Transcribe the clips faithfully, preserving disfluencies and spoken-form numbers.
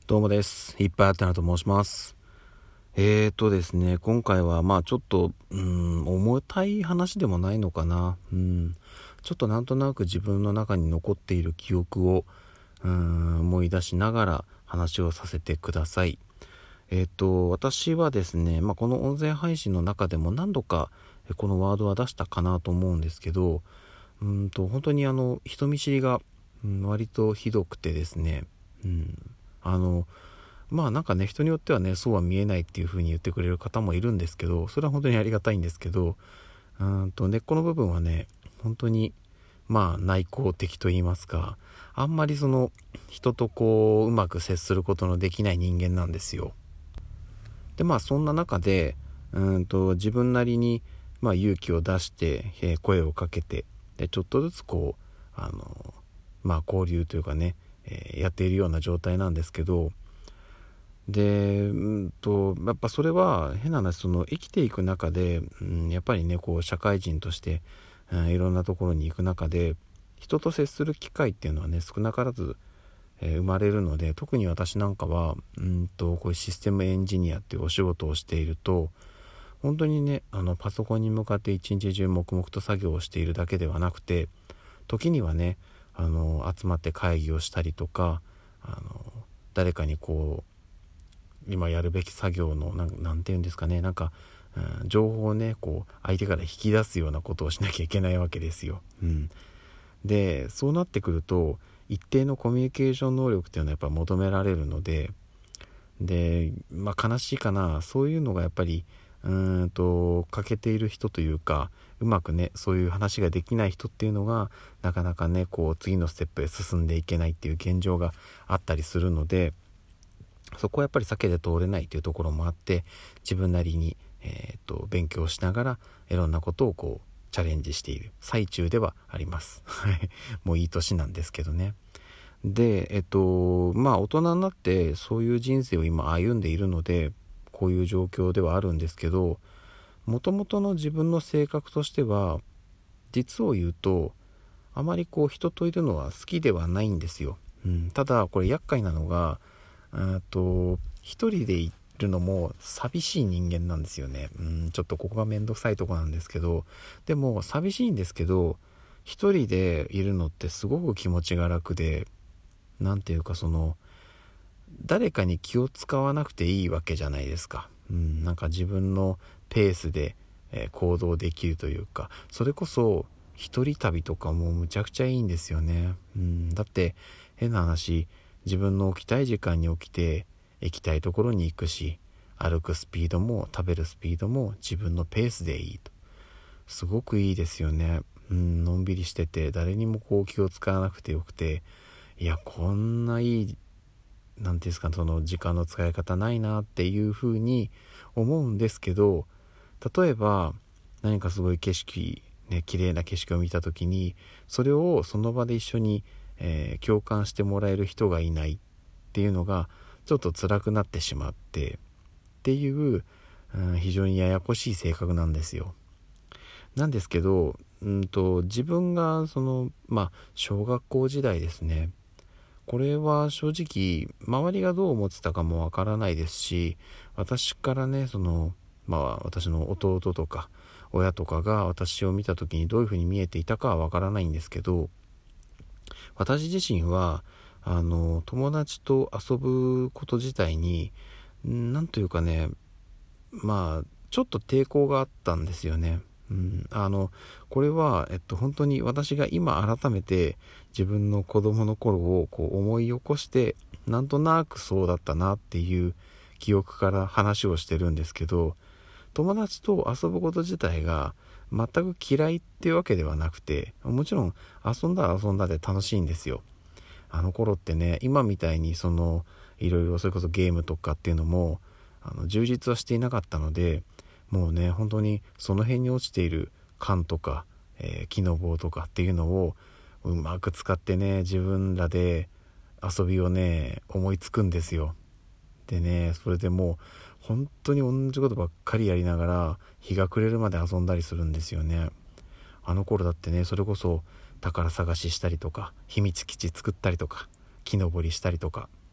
どうもです。いっぱいあったなと申します。えーとですね、今回はまあちょっと、うん、重たい話でもないのかな。うん、ちょっとなんとなく自分の中に残っている記憶を、うん、思い出しながら話をさせてください。えーと、私はですね、まあこの音声配信の中でも何度かこのワードは出したかなと思うんですけど、うんと本当にあの人見知りが、うん、割とひどくてですね、うん、あのまあなんかね、人によってはね、そうは見えないっていう風に言ってくれる方もいるんですけど、それは本当にありがたいんですけど、うーんと根っこの部分はね、本当にまあ内向的と言いますか、あんまりその人とこううまく接することのできない人間なんですよ。でまあそんな中でうーんと自分なりにまあ勇気を出して、えー声をかけて、でちょっとずつこうあのまあ交流というかね、えーやっているような状態なんですけど、でうんとやっぱそれは変な話、その生きていく中で、うん、やっぱりねこう社会人として、うん、いろんなところに行く中で人と接する機会っていうのはね少なからず、えー生まれるので、特に私なんかはうんとこういうシステムエンジニアっていうお仕事をしていると、本当にねあのパソコンに向かって一日中黙々と作業をしているだけではなくて、時にはねあの集まって会議をしたりとか、あの誰かにこう今やるべき作業のなん、なんていうんですかね、なんか、うん、情報をねこう相手から引き出すようなことをしなきゃいけないわけですよ。うん、でそうなってくると一定のコミュニケーション能力っていうのはやっぱ求められるので、でまあ悲しいかな、そういうのがやっぱりうーんと欠けている人というか、うまくねそういう話ができない人っていうのがなかなかねこう次のステップへ進んでいけないっていう現状があったりするので、そこはやっぱり避けて通れないというところもあって、自分なりに、えー、と勉強しながらいろんなことをこうチャレンジしている最中ではありますもういい年なんですけどね。でえっとまあ大人になってそういう人生を今歩んでいるので、こういう状況ではあるんですけど、もともとの自分の性格としては実を言うとあまりこう人といるのは好きではないんですよ。うん、ただこれ厄介なのが、あと一人でいるのも寂しい人間なんですよね。うん、ちょっとここがめんどくさいとこなんですけど、でも寂しいんですけど、一人でいるのってすごく気持ちが楽で、なんていうかその誰かに気を使わなくていいわけじゃないですか。うん、なんか自分のペースで、えー行動できるというか、それこそ一人旅とかもむちゃくちゃいいんですよね。うん、だって変な話、自分の起きたい時間に起きて行きたいところに行くし、歩くスピードも食べるスピードも自分のペースでいいと、すごくいいですよね。うん、のんびりしてて誰にもこう気を使わなくてよくて、いやこんないいなんていうんですか、その時間の使い方ないなっていうふうに思うんですけど、例えば何かすごい景色ね、綺麗な景色を見た時にそれをその場で一緒に、えー共感してもらえる人がいないっていうのがちょっと辛くなってしまってっていう、うん、非常にややこしい性格なんですよ。なんですけど、うんと自分がそのまあ小学校時代ですね、これは正直周りがどう思ってたかもわからないですし、私からねそのまあ私の弟とか親とかが私を見た時にどういうふうに見えていたかはわからないんですけど、私自身はあの友達と遊ぶこと自体になんというかね、まあちょっと抵抗があったんですよね。うん、あのこれは、えっと、本当に私が今改めて自分の子供の頃をこう思い起こして、なんとなくそうだったなっていう記憶から話をしてるんですけど、友達と遊ぶこと自体が全く嫌いっていうわけではなくて、もちろん遊んだら遊んだで楽しいんですよ。あの頃ってね、今みたいにそのいろいろそれこそゲームとかっていうのもあの充実はしていなかったので、もうね本当にその辺に落ちている缶とか、えー木の棒とかっていうのをうまく使ってね、自分らで遊びをね思いつくんですよ。でね、それでもう本当に同じことばっかりやりながら日が暮れるまで遊んだりするんですよね。あの頃だってね、それこそ宝探ししたりとか秘密基地作ったりとか木登りしたりとか、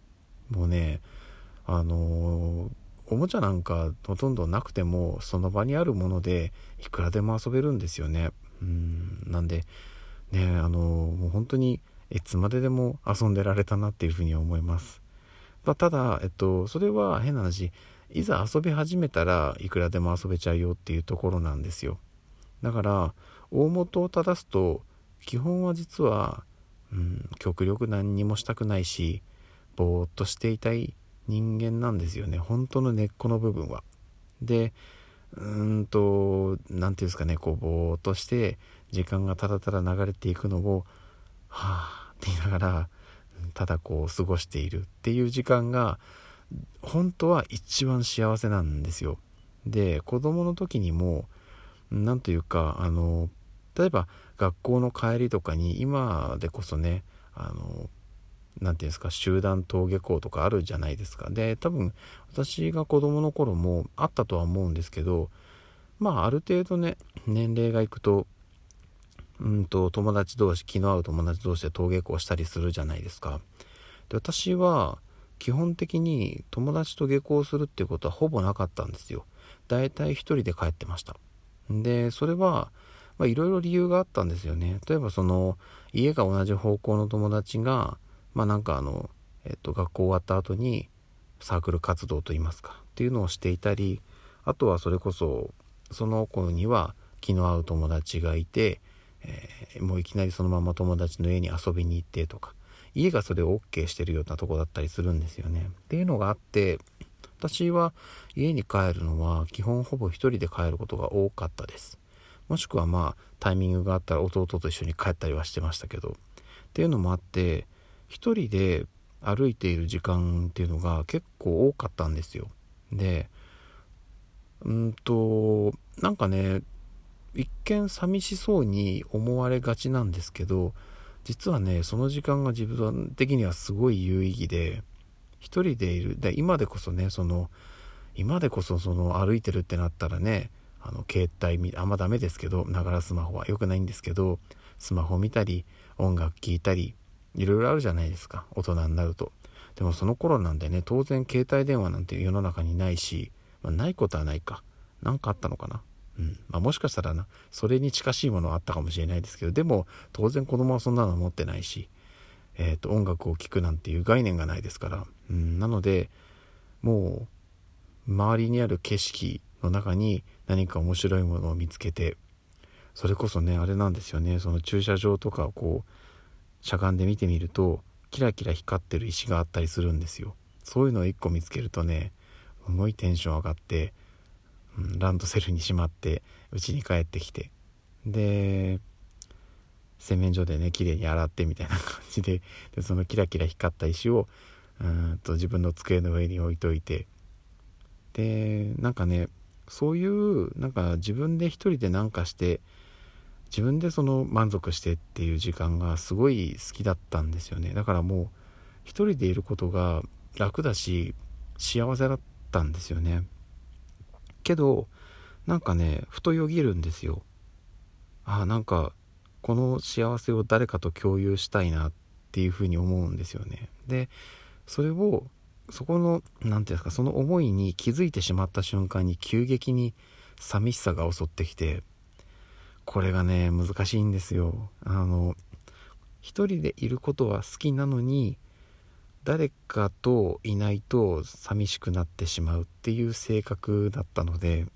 もうね、あのー、おもちゃなんかほとんどなくてもその場にあるものでいくらでも遊べるんですよね。うんなんでね、あのー、もう本当にいつまででも遊んでられたなっていうふうに思います。まあ、ただ、えっと、それは変な話、いざ遊び始めたらいくらでも遊べちゃうよっていうところなんですよ。だから大元を正すと、基本は実は、うん、極力何にもしたくないし、ぼーっとしていたい人間なんですよね、本当の根っこの部分は。で、うーんとなんていうんですかね、こうぼーっとして時間がただただ流れていくのをはぁって言いながらただこう過ごしているっていう時間が本当は一番幸せなんですよ。で、子供の時にもなんというか、あの例えば学校の帰りとかに、今でこそね、あのなんていうんですか、集団登下校とかあるじゃないですか。で、多分私が子供の頃もあったとは思うんですけど、まあある程度ね、年齢がいくとうんと友達同士気の合う友達同士で登下校したりするじゃないですか。で、私は基本的に友達と下校するっていうことはほぼなかったんですよ。だいたい一人で帰ってました。で、それはまあいろいろ理由があったんですよね。例えばその家が同じ方向の友達がまあなんかあの、えっと、学校終わった後にサークル活動といいますかっていうのをしていたり、あとはそれこそその子には気の合う友達がいて、えー、もういきなりそのまま友達の家に遊びに行ってとか、家がそれを OK してるようなとこだったりするんですよね。っていうのがあって、私は家に帰るのは基本ほぼ一人で帰ることが多かったです。もしくはまあタイミングがあったら弟と一緒に帰ったりはしてましたけど、っていうのもあって一人で歩いている時間っていうのが結構多かったんですよ。で、うんとなんかね、一見寂しそうに思われがちなんですけど、実はね、その時間が自分的にはすごい有意義で、一人でいる。で、今でこそね、その今でこそその歩いてるってなったらね、あの携帯見あんまダメですけど、ながらスマホは良くないんですけど、スマホ見たり音楽聴いたりいろいろあるじゃないですか、大人になると。でもその頃なんでね、当然携帯電話なんて世の中にないし、まあ、ないことはないか、なんかあったのかな。うんまあ、もしかしたらな、それに近しいものはあったかもしれないですけど、でも当然子供はそんなの持ってないし、えーと、音楽を聴くなんていう概念がないですから、うん、なのでもう周りにある景色の中に何か面白いものを見つけて、それこそね、あれなんですよね、その駐車場とかをこうしゃがんで見てみるとキラキラ光ってる石があったりするんですよ。そういうのを一個見つけるとね、すごいテンション上がって、うん、ランドセルにしまって家に帰ってきて、で洗面所でね綺麗に洗ってみたいな感じ で, でそのキラキラ光った石をうんと自分の机の上に置いといて、でなんかね、そういうなんか自分で一人でなんかして自分でその満足してっていう時間がすごい好きだったんですよね。だからもう一人でいることが楽だし幸せだったんですよね。けどなんかね、ふとよぎるんですよ。ああ、なんかこの幸せを誰かと共有したいなっていうふうに思うんですよね。でそれをそこのなんていうんですか、その思いに気づいてしまった瞬間に急激に寂しさが襲ってきて、これがね難しいんですよ。あの一人でいることは好きなのに誰かといないと寂しくなってしまうっていう性格だったので、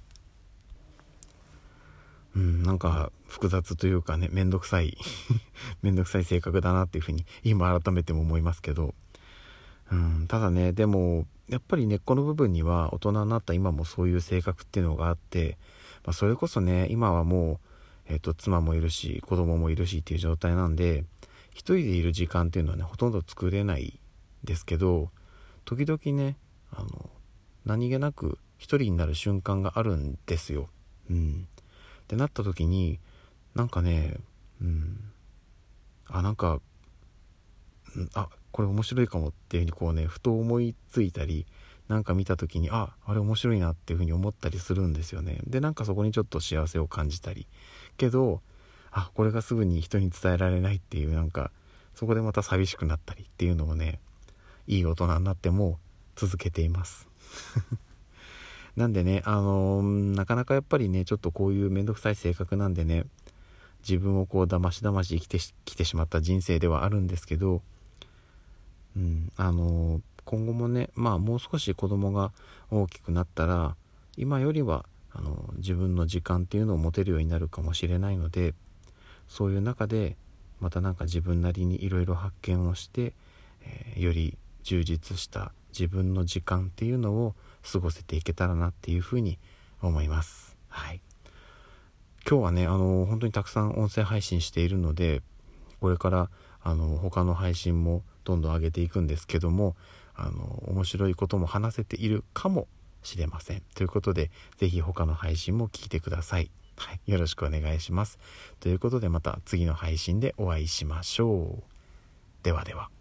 うん、なんか複雑というかね、めんどくさいめんどくさい性格だなっていうふうに今改めても思いますけど、うん、ただね、でもやっぱり根っこの部分には大人になった今もそういう性格っていうのがあって、まあ、それこそね、今はもう、えーと、妻もいるし子供もいるしっていう状態なんで、一人でいる時間っていうのはねほとんど作れないですけど、時々ね、あの何気なく一人になる瞬間があるんですよ。うんってなった時になんかね、うんあなんかあこれ面白いかもっていうふうにこうね、ふと思いついたり、なんか見た時にああれ面白いなっていうふうに思ったりするんですよね。でなんかそこにちょっと幸せを感じたり、けどあこれがすぐに人に伝えられないっていう、なんかそこでまた寂しくなったりっていうのをねいい大人になっても続けていますなんでね、あのー、なかなかやっぱりねちょっとこういうめんどくさい性格なんでね、自分をこうだましだまし生きてきてしまった人生ではあるんですけど、うん、あのー、今後もね、まあもう少し子供が大きくなったら今よりはあの自分の時間っていうのを持てるようになるかもしれないので、そういう中でまたなんか自分なりにいろいろ発見をして、えー、より充実した自分の時間っていうのを過ごせていけたらなっていうふうに思います。はい。今日はね、あの本当にたくさん音声配信しているので、これからあの他の配信もどんどん上げていくんですけども、あの面白いことも話せているかもしれません。ということで、ぜひ他の配信も聞いてください。はい、よろしくお願いします。ということで、また次の配信でお会いしましょう。ではでは。